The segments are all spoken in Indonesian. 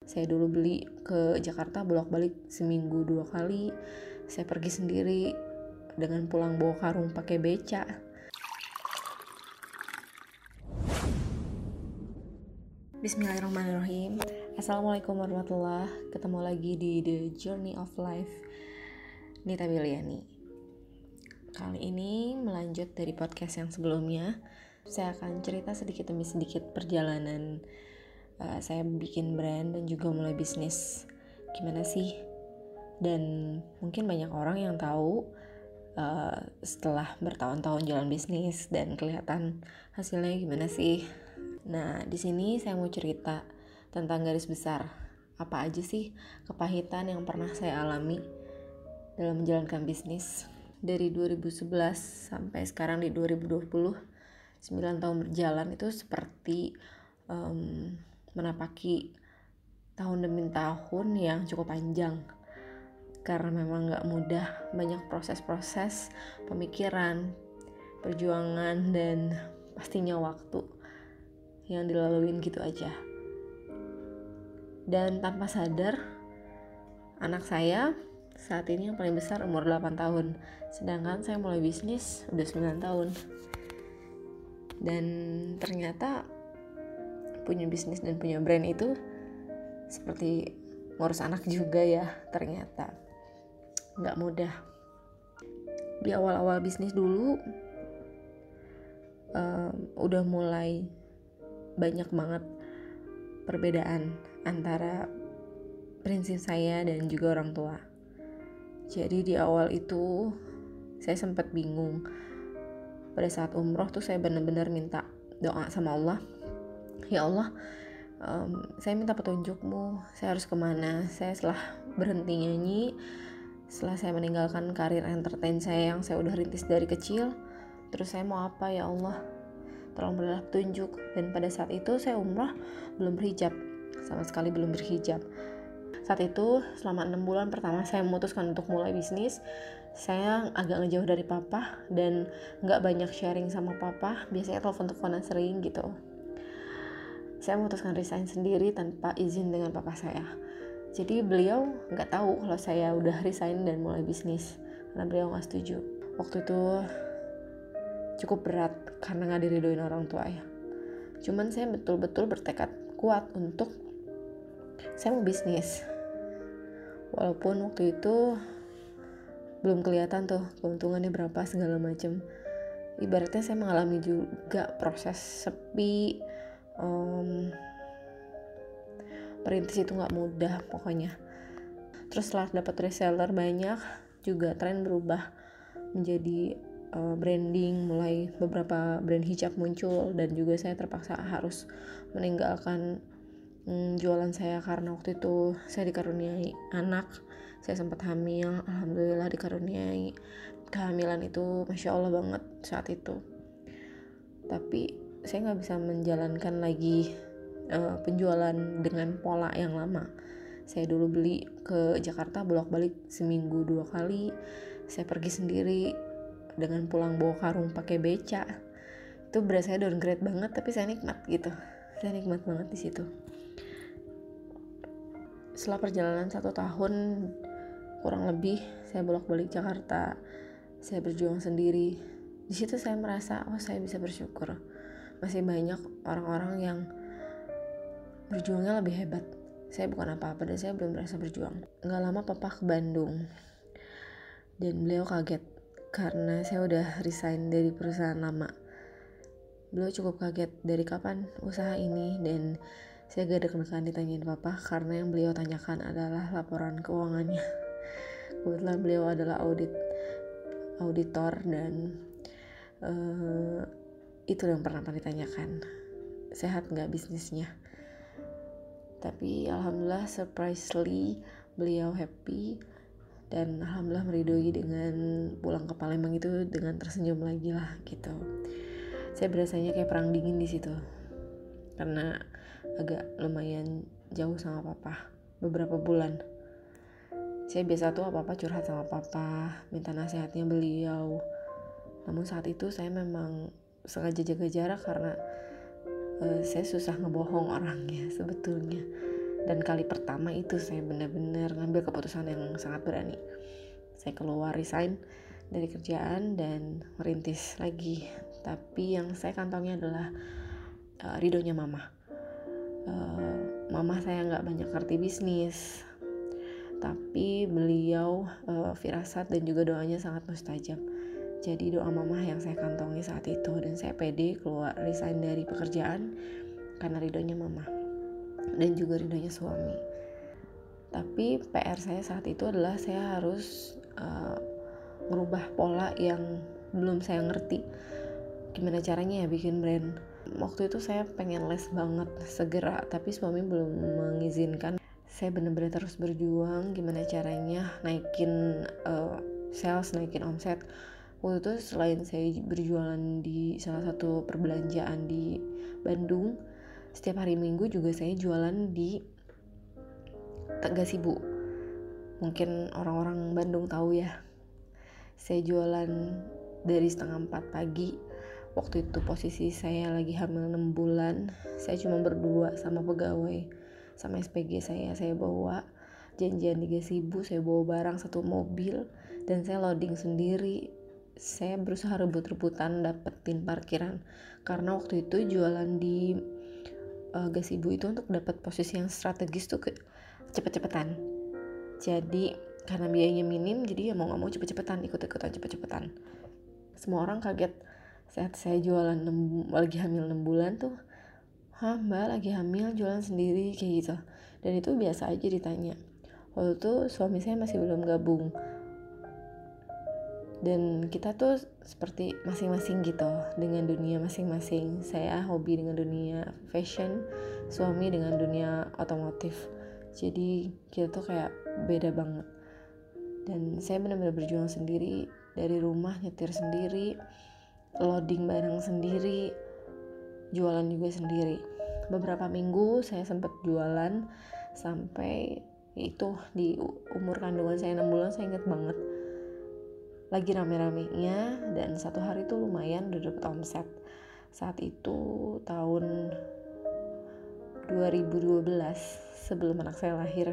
Saya dulu beli ke Jakarta bolak-balik seminggu 2 kali. Saya pergi sendiri dengan pulang bawa karung pakai beca. Bismillahirrahmanirrahim. Assalamualaikum warahmatullahi wabarakatuh. Ketemu lagi di The Journey of Life, Nita Biliani. Kali ini melanjut dari podcast yang sebelumnya. Saya akan cerita sedikit demi sedikit perjalanan saya bikin brand dan juga mulai bisnis. Gimana sih? Dan mungkin banyak orang yang tahu setelah bertahun-tahun jalan bisnis dan kelihatan hasilnya gimana sih. Nah, di sini saya mau cerita tentang garis besar. Apa aja sih kepahitan yang pernah saya alami dalam menjalankan bisnis. Dari 2011 sampai sekarang di 2020, 9 tahun berjalan itu seperti menapaki tahun demi tahun yang cukup panjang. Karena memang gak mudah, banyak proses-proses, pemikiran, perjuangan, dan pastinya waktu yang dilaluin gitu aja. Dan tanpa sadar, anak saya saat ini yang paling besar umur 8 tahun. Sedangkan saya mulai bisnis udah 9 tahun. Dan ternyata punya bisnis dan punya brand itu seperti ngurus anak juga ya, ternyata gak mudah. Di awal-awal bisnis dulu udah mulai banyak banget perbedaan antara prinsip saya dan juga orang tua. Jadi di awal itu saya sempat bingung. Pada saat umroh tuh saya benar-benar minta doa sama Allah. Ya Allah, saya minta petunjukmu, saya harus kemana. Saya setelah berhenti nyanyi, setelah saya meninggalkan karir entertain saya yang saya udah rintis dari kecil, terus saya mau apa ya Allah, tolong berilah petunjuk. Dan pada saat itu saya umrah belum berhijab, sama sekali belum berhijab. Saat itu selama 6 bulan pertama saya memutuskan untuk mulai bisnis. Saya agak ngejauh dari papa dan gak banyak sharing sama papa, biasanya telepon-teleponan sering gitu. Saya memutuskan resign sendiri tanpa izin dengan papa saya. Jadi beliau gak tahu kalau saya udah resign dan mulai bisnis, karena beliau gak setuju. Waktu itu cukup berat karena gak diridoin orang tua ya. Cuman saya betul-betul bertekad kuat untuk saya mau bisnis. Walaupun waktu itu belum kelihatan tuh keuntungannya berapa segala macam. Ibaratnya saya mengalami juga proses sepi. Perintis itu gak mudah pokoknya. Terus setelah dapat reseller banyak, juga tren berubah menjadi branding, mulai beberapa brand hijab muncul, dan juga saya terpaksa harus meninggalkan jualan saya karena waktu itu saya dikaruniai anak. Saya sempat hamil, alhamdulillah dikaruniai. Kehamilan itu Masya Allah banget saat itu. Tapi saya gak bisa menjalankan lagi penjualan dengan pola yang lama. Saya dulu beli ke Jakarta bolak-balik seminggu 2 kali. Saya pergi sendiri dengan pulang bawa karung pakai beca. Itu berasa downgrade banget, tapi saya nikmat gitu. Saya nikmat banget di situ. Setelah perjalanan 1 tahun kurang lebih, saya bolak-balik Jakarta. Saya berjuang sendiri. Di situ saya merasa, saya bisa bersyukur. Masih banyak orang-orang yang berjuangnya lebih hebat. Saya bukan apa-apa dan saya belum merasa berjuang. Gak lama papa ke Bandung. Dan beliau kaget karena saya udah resign dari perusahaan lama. Beliau cukup kaget, dari kapan usaha ini? Dan saya gak deg-degan ditanyain papa karena yang beliau tanyakan adalah laporan keuangannya. Kebetulan beliau adalah auditor dan itu yang pernah ditanyakan. Sehat gak bisnisnya? Tapi alhamdulillah surprisingly beliau happy dan alhamdulillah meridoi dengan pulang ke Palembang itu dengan tersenyum lagi lah gitu. Saya berasanya kayak perang dingin di situ karena agak lumayan jauh sama papa beberapa bulan. Saya biasa tuh apa-apa curhat sama papa, minta nasihatnya beliau. Namun saat itu saya memang sengaja jaga jarak karena saya susah ngebohong orangnya sebetulnya. Dan kali pertama itu saya benar-benar ngambil keputusan yang sangat berani. Saya keluar, resign dari kerjaan dan merintis lagi. Tapi yang saya kantongi adalah ridhonya mama. Mama saya nggak banyak ngerti bisnis, tapi beliau firasat dan juga doanya sangat mustajab. Jadi doa mama yang saya kantongi saat itu, dan saya pede keluar resign dari pekerjaan karena ridhonya mama dan juga ridhonya suami. Tapi PR saya saat itu adalah saya harus merubah pola yang belum saya ngerti gimana caranya ya bikin brand. Waktu itu saya pengen les banget segera, tapi suami belum mengizinkan. Saya benar-benar terus berjuang gimana caranya naikin sales, naikin omset. Waktu itu selain saya berjualan di salah satu perbelanjaan di Bandung, setiap hari Minggu juga saya jualan di Gazebo. Mungkin orang-orang Bandung tahu ya. Saya jualan dari 3:30 pagi. Waktu itu posisi saya lagi hamil 6 bulan. Saya cuma berdua sama pegawai, sama SPG saya bawa janjian di Gazebo. Saya bawa barang satu mobil dan saya loading sendiri. Saya berusaha rebut-rebutan dapetin parkiran, karena waktu itu jualan di Gazebo itu untuk dapat posisi yang strategis tuh cepet-cepetan. Jadi karena biayanya minim, jadi ya mau gak mau cepet-cepetan, ikut-ikutan cepet-cepetan. Semua orang kaget saat saya jualan lagi hamil 6 bulan tuh. Hah mbak lagi hamil jualan sendiri kayak gitu. Dan itu biasa aja ditanya. Waktu itu suami saya masih belum gabung, dan kita tuh seperti masing-masing gitu dengan dunia masing-masing. Saya hobi dengan dunia fashion, suami dengan dunia otomotif. Jadi kita tuh kayak beda banget. Dan saya benar-benar berjuang sendiri, dari rumah nyetir sendiri, loading barang sendiri, jualan juga sendiri. Beberapa minggu saya sempat jualan sampai itu di umur kandungan saya 6 bulan. Saya ingat banget lagi rame-ramenya, dan satu hari tuh lumayan udah dapet omset. Saat itu tahun 2012, sebelum anak saya lahir.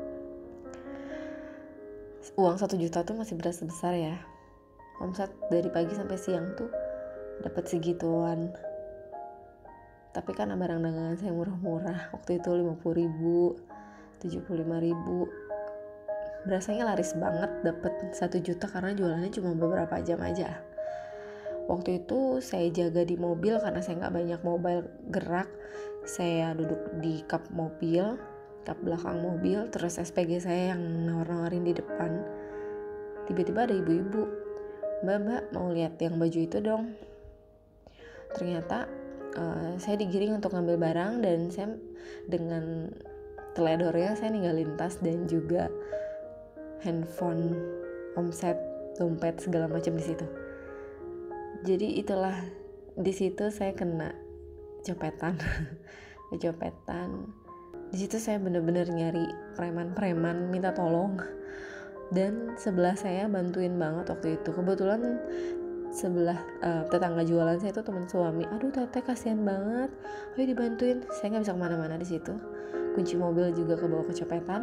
Uang 1 juta tuh masih berasa besar ya. Omset dari pagi sampai siang tuh dapat segituan. Tapi karena barang dagangan saya murah-murah, waktu itu 50.000, 75.000, berasanya laris banget dapet 1 juta karena jualannya cuma beberapa jam aja. Waktu itu saya jaga di mobil karena saya nggak banyak mobile gerak. Saya duduk di kap mobil, kap belakang mobil, terus SPG saya yang nawar-nawarin di depan. Tiba-tiba ada ibu-ibu, mbak mau lihat yang baju itu dong. Ternyata saya digiring untuk ngambil barang, dan saya dengan teledornya saya ninggalin tas dan juga handphone, omset, dompet segala macam di situ. Jadi itulah, di situ saya kena copetan. Kecopetan. Di situ saya benar-benar nyari preman-preman minta tolong, dan sebelah saya bantuin banget waktu itu. Kebetulan sebelah tetangga jualan saya itu teman suami. Aduh teteh kasihan banget, ayo dibantuin. Saya nggak bisa kemana-mana di situ. Kunci mobil juga kebawa kecopetan.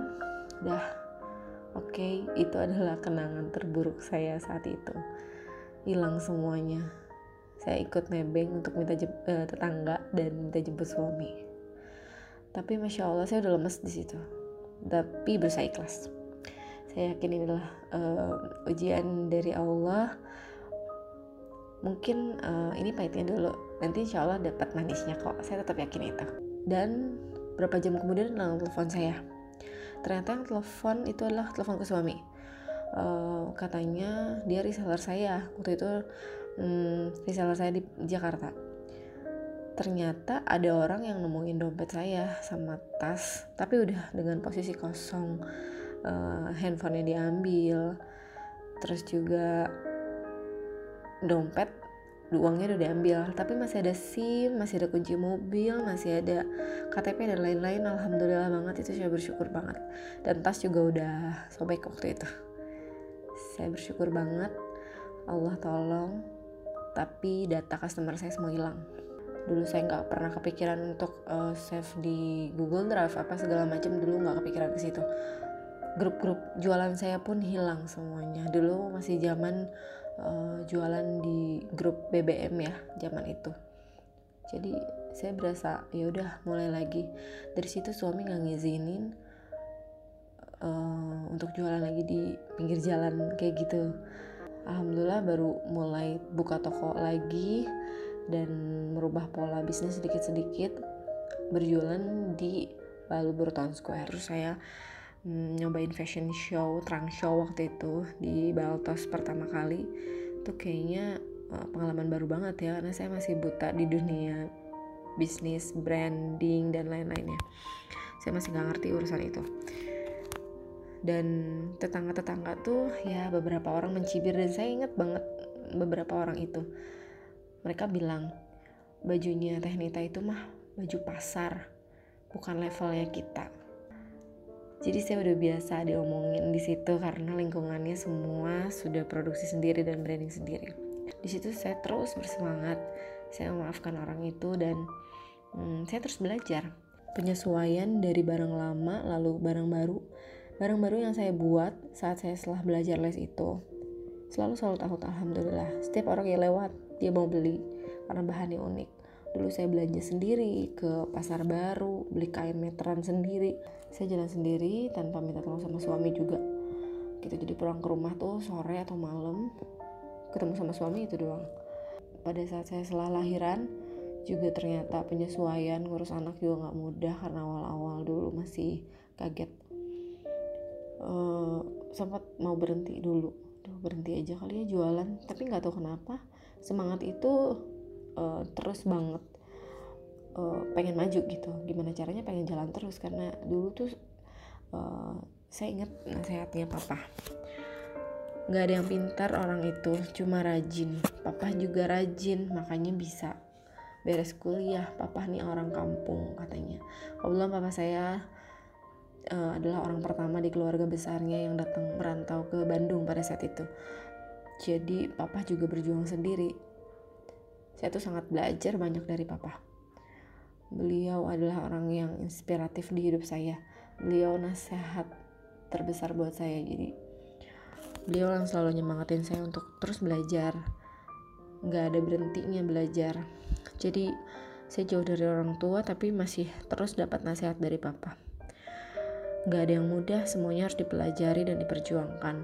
Oke, itu adalah kenangan terburuk saya saat itu. Hilang semuanya. Saya ikut nebeng untuk minta tetangga dan minta jemput suami. Tapi masya Allah saya udah lemes di situ. Tapi berusaha ikhlas. Saya yakin inilah ujian dari Allah. Mungkin ini pahitnya dulu. Nanti insya Allah dapat manisnya kok. Saya tetap yakin itu. Dan berapa jam kemudian telepon saya. Ternyata yang telepon itu adalah telepon ke suami. Katanya dia reseller saya. Waktu itu reseller saya di Jakarta. Ternyata ada orang yang nemuin dompet saya sama tas, tapi udah dengan posisi kosong. Handphonenya diambil, terus juga dompet, uangnya udah diambil, tapi masih ada SIM, masih ada kunci mobil, masih ada KTP dan lain-lain. Alhamdulillah banget, itu saya bersyukur banget. Dan tas juga udah sobek waktu itu. Saya bersyukur banget, Allah tolong. Tapi data customer saya semua hilang. Dulu saya nggak pernah kepikiran untuk save di Google Drive apa segala macam, dulu nggak kepikiran ke situ. Grup-grup jualan saya pun hilang semuanya. Dulu masih zaman jualan di grup BBM ya, zaman itu. Jadi saya berasa ya udah mulai lagi. Dari situ suami nggak ngizinin untuk jualan lagi di pinggir jalan kayak gitu. Alhamdulillah baru mulai buka toko lagi dan merubah pola bisnis sedikit-sedikit, berjualan di Balubur Town Square. Terus saya nyobain fashion show, trunk show waktu itu di Baltos pertama kali. Itu kayaknya pengalaman baru banget ya, karena saya masih buta di dunia bisnis, branding, dan lain-lainnya. Saya masih gak ngerti urusan itu. Dan tetangga-tetangga tuh ya beberapa orang mencibir, dan saya ingat banget beberapa orang itu. Mereka bilang bajunya Teh Nita itu mah baju pasar, bukan levelnya kita. Jadi saya udah biasa diomongin di situ karena lingkungannya semua sudah produksi sendiri dan branding sendiri. Di situ saya terus bersemangat, saya memaafkan orang itu, dan saya terus belajar penyesuaian dari barang lama lalu barang baru. Barang baru yang saya buat saat saya setelah belajar les itu selalu tahu, alhamdulillah. Setiap orang yang lewat dia mau beli karena bahannya unik. Dulu saya belanja sendiri ke pasar baru, beli kain meteran sendiri. Saya jalan sendiri tanpa minta tolong sama suami juga. Gitu, jadi pulang ke rumah tuh sore atau malam ketemu sama suami itu doang. Pada saat saya setelah lahiran juga ternyata penyesuaian ngurus anak juga gak mudah karena awal-awal dulu masih kaget. Sempat mau berhenti dulu, berhenti aja kali ya jualan, tapi gak tahu kenapa semangat itu terus banget pengen maju gitu. Gimana caranya pengen jalan terus, karena dulu tuh saya ingat nasihatnya papa, gak ada yang pintar orang itu, cuma rajin. Papa juga rajin, makanya bisa beres kuliah. Papa nih orang kampung katanya. Kebetulan papa saya adalah orang pertama di keluarga besarnya yang datang merantau ke Bandung pada saat itu. Jadi papa juga berjuang sendiri. Saya tuh sangat belajar banyak dari papa. Beliau adalah orang yang inspiratif di hidup saya. Beliau nasihat terbesar buat saya. Jadi beliau yang selalu nyemangatin saya untuk terus belajar, gak ada berhentinya belajar. Jadi saya jauh dari orang tua tapi masih terus dapat nasihat dari papa. Gak ada yang mudah, semuanya harus dipelajari dan diperjuangkan.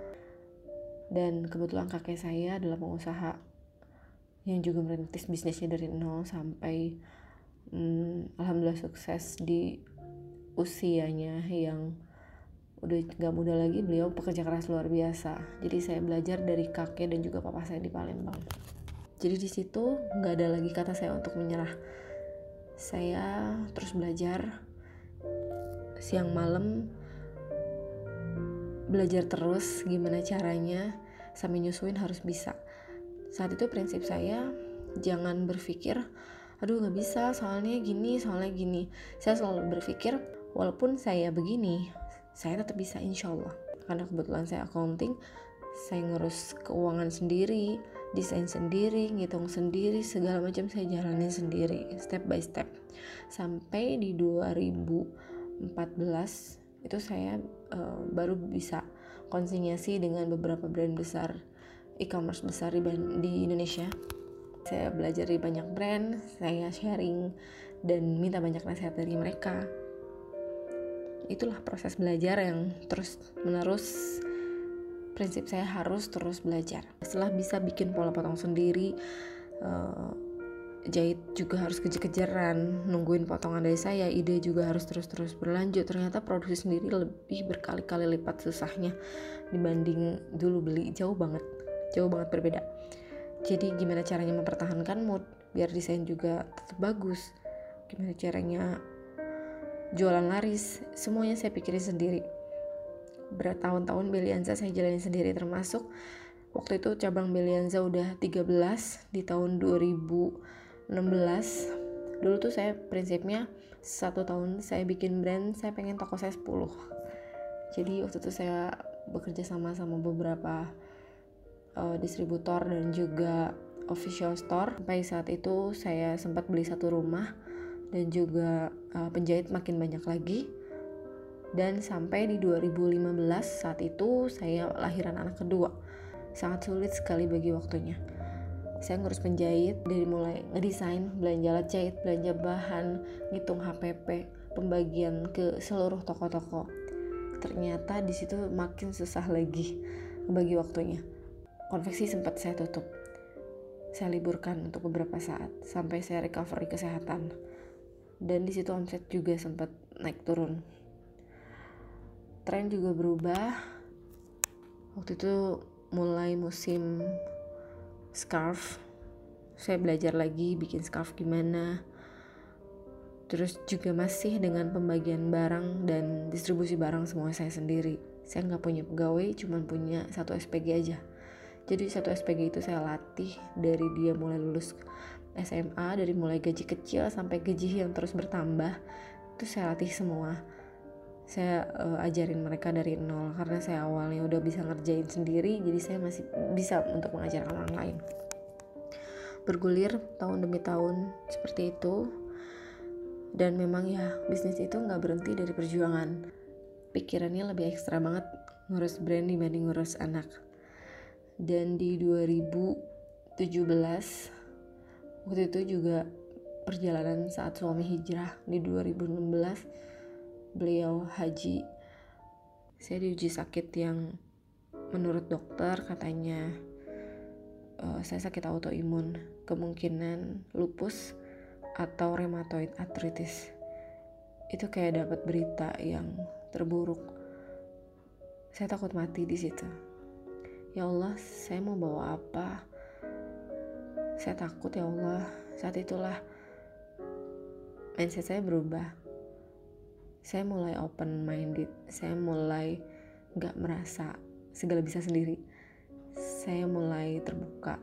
Dan kebetulan kakek saya adalah pengusaha yang juga merintis bisnisnya dari nol sampai alhamdulillah sukses di usianya yang udah gak muda lagi. Beliau pekerja keras luar biasa. Jadi saya belajar dari kakek dan juga papa saya di Palembang. Jadi di situ nggak ada lagi kata saya untuk menyerah. Saya terus belajar siang malam, belajar terus gimana caranya sampai nyusuin harus bisa. Saat itu prinsip saya jangan berpikir aduh nggak bisa soalnya gini. Saya selalu berpikir walaupun saya begini saya tetap bisa, insya Allah. Karena kebetulan saya accounting, saya ngurus keuangan sendiri, desain sendiri, ngitung sendiri, segala macam saya jalanin sendiri, step by step. Sampai di 2014 itu saya baru bisa konsinyasi dengan beberapa brand besar, e-commerce besar di Indonesia. Saya belajar dari banyak brand, saya sharing dan minta banyak nasihat dari mereka. Itulah proses belajar yang terus menerus. Prinsip saya harus terus belajar. Setelah bisa bikin pola potong sendiri, jahit juga harus kejar-kejaran, nungguin potongan dari saya, ide juga harus terus berlanjut. Ternyata produksi sendiri lebih berkali-kali lipat susahnya dibanding dulu beli, jauh banget berbeda. Jadi gimana caranya mempertahankan mood biar desain juga tetap bagus, gimana caranya jualan laris, semuanya saya pikirin sendiri. Bertahun-tahun Belianza saya jalanin sendiri, termasuk waktu itu cabang Belianza udah 13 di tahun 2016. Dulu tuh saya prinsipnya 1 tahun saya bikin brand, saya pengen toko saya 10. Jadi waktu itu saya bekerja sama beberapa distributor dan juga official store. Sampai saat itu saya sempat beli satu rumah dan juga penjahit makin banyak lagi. Dan sampai di 2015 saat itu saya lahiran anak kedua. Sangat sulit sekali bagi waktunya. Saya ngurus penjahit dari mulai ngedesain, belanja alat jahit, belanja bahan, ngitung HPP, pembagian ke seluruh toko-toko. Ternyata di situ makin susah lagi bagi waktunya. Konveksi sempat saya tutup. Saya liburkan untuk beberapa saat sampai saya recovery kesehatan. Dan di situ omset juga sempat naik turun. Tren juga berubah. Waktu itu mulai musim scarf. Saya belajar lagi bikin scarf gimana. Terus juga masih dengan pembagian barang dan distribusi barang semua saya sendiri. Saya nggak punya pegawai, cuman punya satu SPG aja. Jadi satu SPG itu saya latih dari dia mulai lulus SMA, dari mulai gaji kecil sampai gaji yang terus bertambah. Itu saya latih semua. Saya ajarin mereka dari nol karena saya awalnya udah bisa ngerjain sendiri, jadi saya masih bisa untuk mengajarkan orang lain. Bergulir tahun demi tahun seperti itu. Dan memang ya bisnis itu gak berhenti dari perjuangan. Pikirannya lebih ekstra banget ngurus brand dibanding ngurus anak. Dan di 2017 waktu itu juga perjalanan saat suami hijrah. Di 2016 beliau haji. Saya diuji sakit yang menurut dokter katanya saya sakit autoimun, kemungkinan lupus atau rheumatoid arthritis. Itu kayak dapat berita yang terburuk. Saya takut mati di situ. Ya Allah, saya mau bawa apa? Saya takut ya Allah. Saat itulah mindset saya berubah. Saya mulai open minded. Saya mulai gak merasa segala bisa sendiri. Saya mulai terbuka.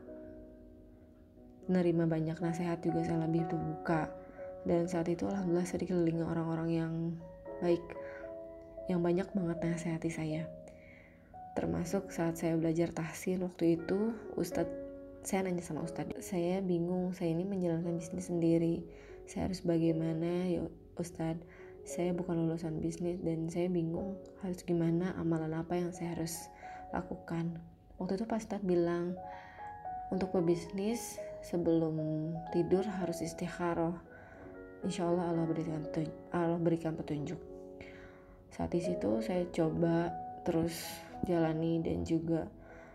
Nerima banyak nasihat juga saya lebih terbuka. Dan saat itu alhamdulillah saya dikelilingi orang-orang yang baik, yang banyak banget nasihati saya. Termasuk saat saya belajar tahsin waktu itu, saya nanya sama Ustadz, saya bingung, saya ini menjalankan bisnis sendiri, saya harus bagaimana ya Ustadz? Saya bukan lulusan bisnis dan saya bingung harus gimana, amalan apa yang saya harus lakukan. Waktu itu Pak Ustadz bilang, untuk pebisnis sebelum tidur harus istikharah. Insya Allah Allah berikan petunjuk. Saat di situ saya coba terus jalani dan juga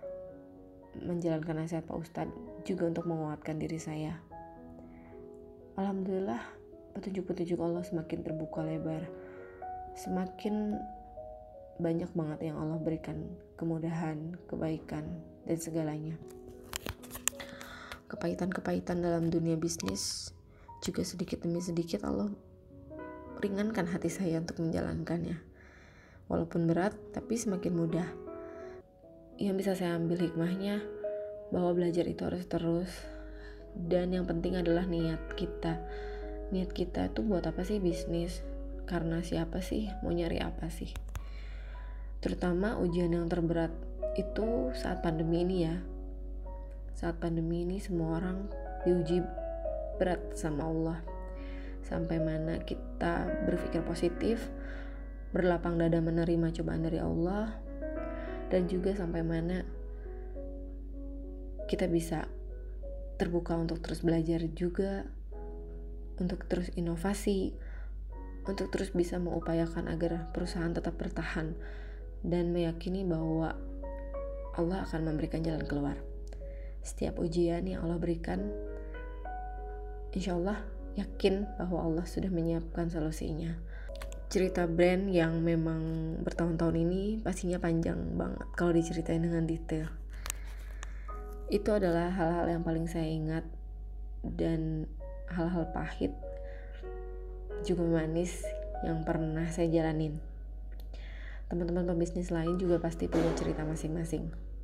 menjalankan nasihat Pak Ustadz juga untuk menguatkan diri saya. Alhamdulillah petunjuk-petunjuk Allah semakin terbuka lebar, semakin banyak banget yang Allah berikan kemudahan, kebaikan, dan segalanya. Kepahitan-kepahitan dalam dunia bisnis juga sedikit demi sedikit Allah ringankan hati saya untuk menjalankannya. Walaupun berat, tapi semakin mudah. Yang bisa saya ambil hikmahnya bahwa belajar itu harus terus, dan yang penting adalah niat kita. Niat kita itu buat apa sih bisnis? Karena siapa sih? Mau nyari apa sih? Terutama ujian yang terberat itu saat pandemi ini ya. Saat pandemi ini semua orang diuji berat sama Allah. Sampai mana kita berpikir positif, berlapang dada menerima cobaan dari Allah, dan juga sampai mana kita bisa terbuka untuk terus belajar juga, untuk terus inovasi, untuk terus bisa mengupayakan agar perusahaan tetap bertahan, dan meyakini bahwa Allah akan memberikan jalan keluar. Setiap ujian yang Allah berikan, insya Allah yakin bahwa Allah sudah menyiapkan solusinya. Cerita brand yang memang bertahun-tahun ini pastinya panjang banget kalau diceritain dengan detail. Itu adalah hal-hal yang paling saya ingat, dan hal-hal pahit juga manis yang pernah saya jalanin. Teman-teman pebisnis lain juga pasti punya cerita masing-masing.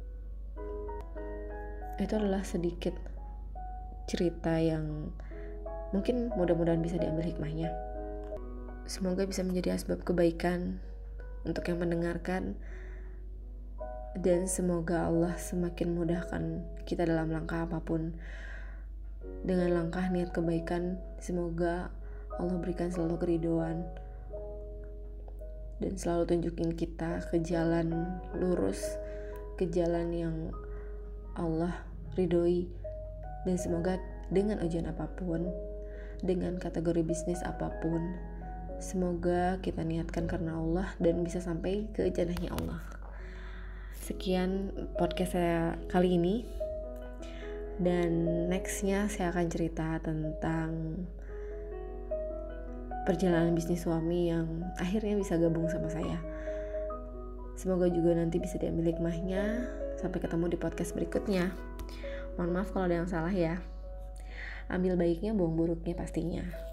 Itu adalah sedikit cerita yang mungkin mudah-mudahan bisa diambil hikmahnya. Semoga bisa menjadi asbab kebaikan untuk yang mendengarkan, Dan semoga Allah semakin mudahkan kita dalam langkah apapun. Dengan langkah niat kebaikan, semoga Allah berikan selalu keridhaan dan selalu tunjukin kita ke jalan lurus, ke jalan yang Allah ridhoi. Dan semoga dengan ujian apapun, dengan kategori bisnis apapun, semoga kita niatkan karena Allah dan bisa sampai ke jannahnya Allah. Sekian podcast saya kali ini, dan nextnya saya akan cerita tentang perjalanan bisnis suami yang akhirnya bisa gabung sama saya. Semoga juga nanti bisa diambil hikmahnya. Sampai ketemu di podcast berikutnya. Mohon maaf kalau ada yang salah ya. Ambil baiknya, buang buruknya pastinya.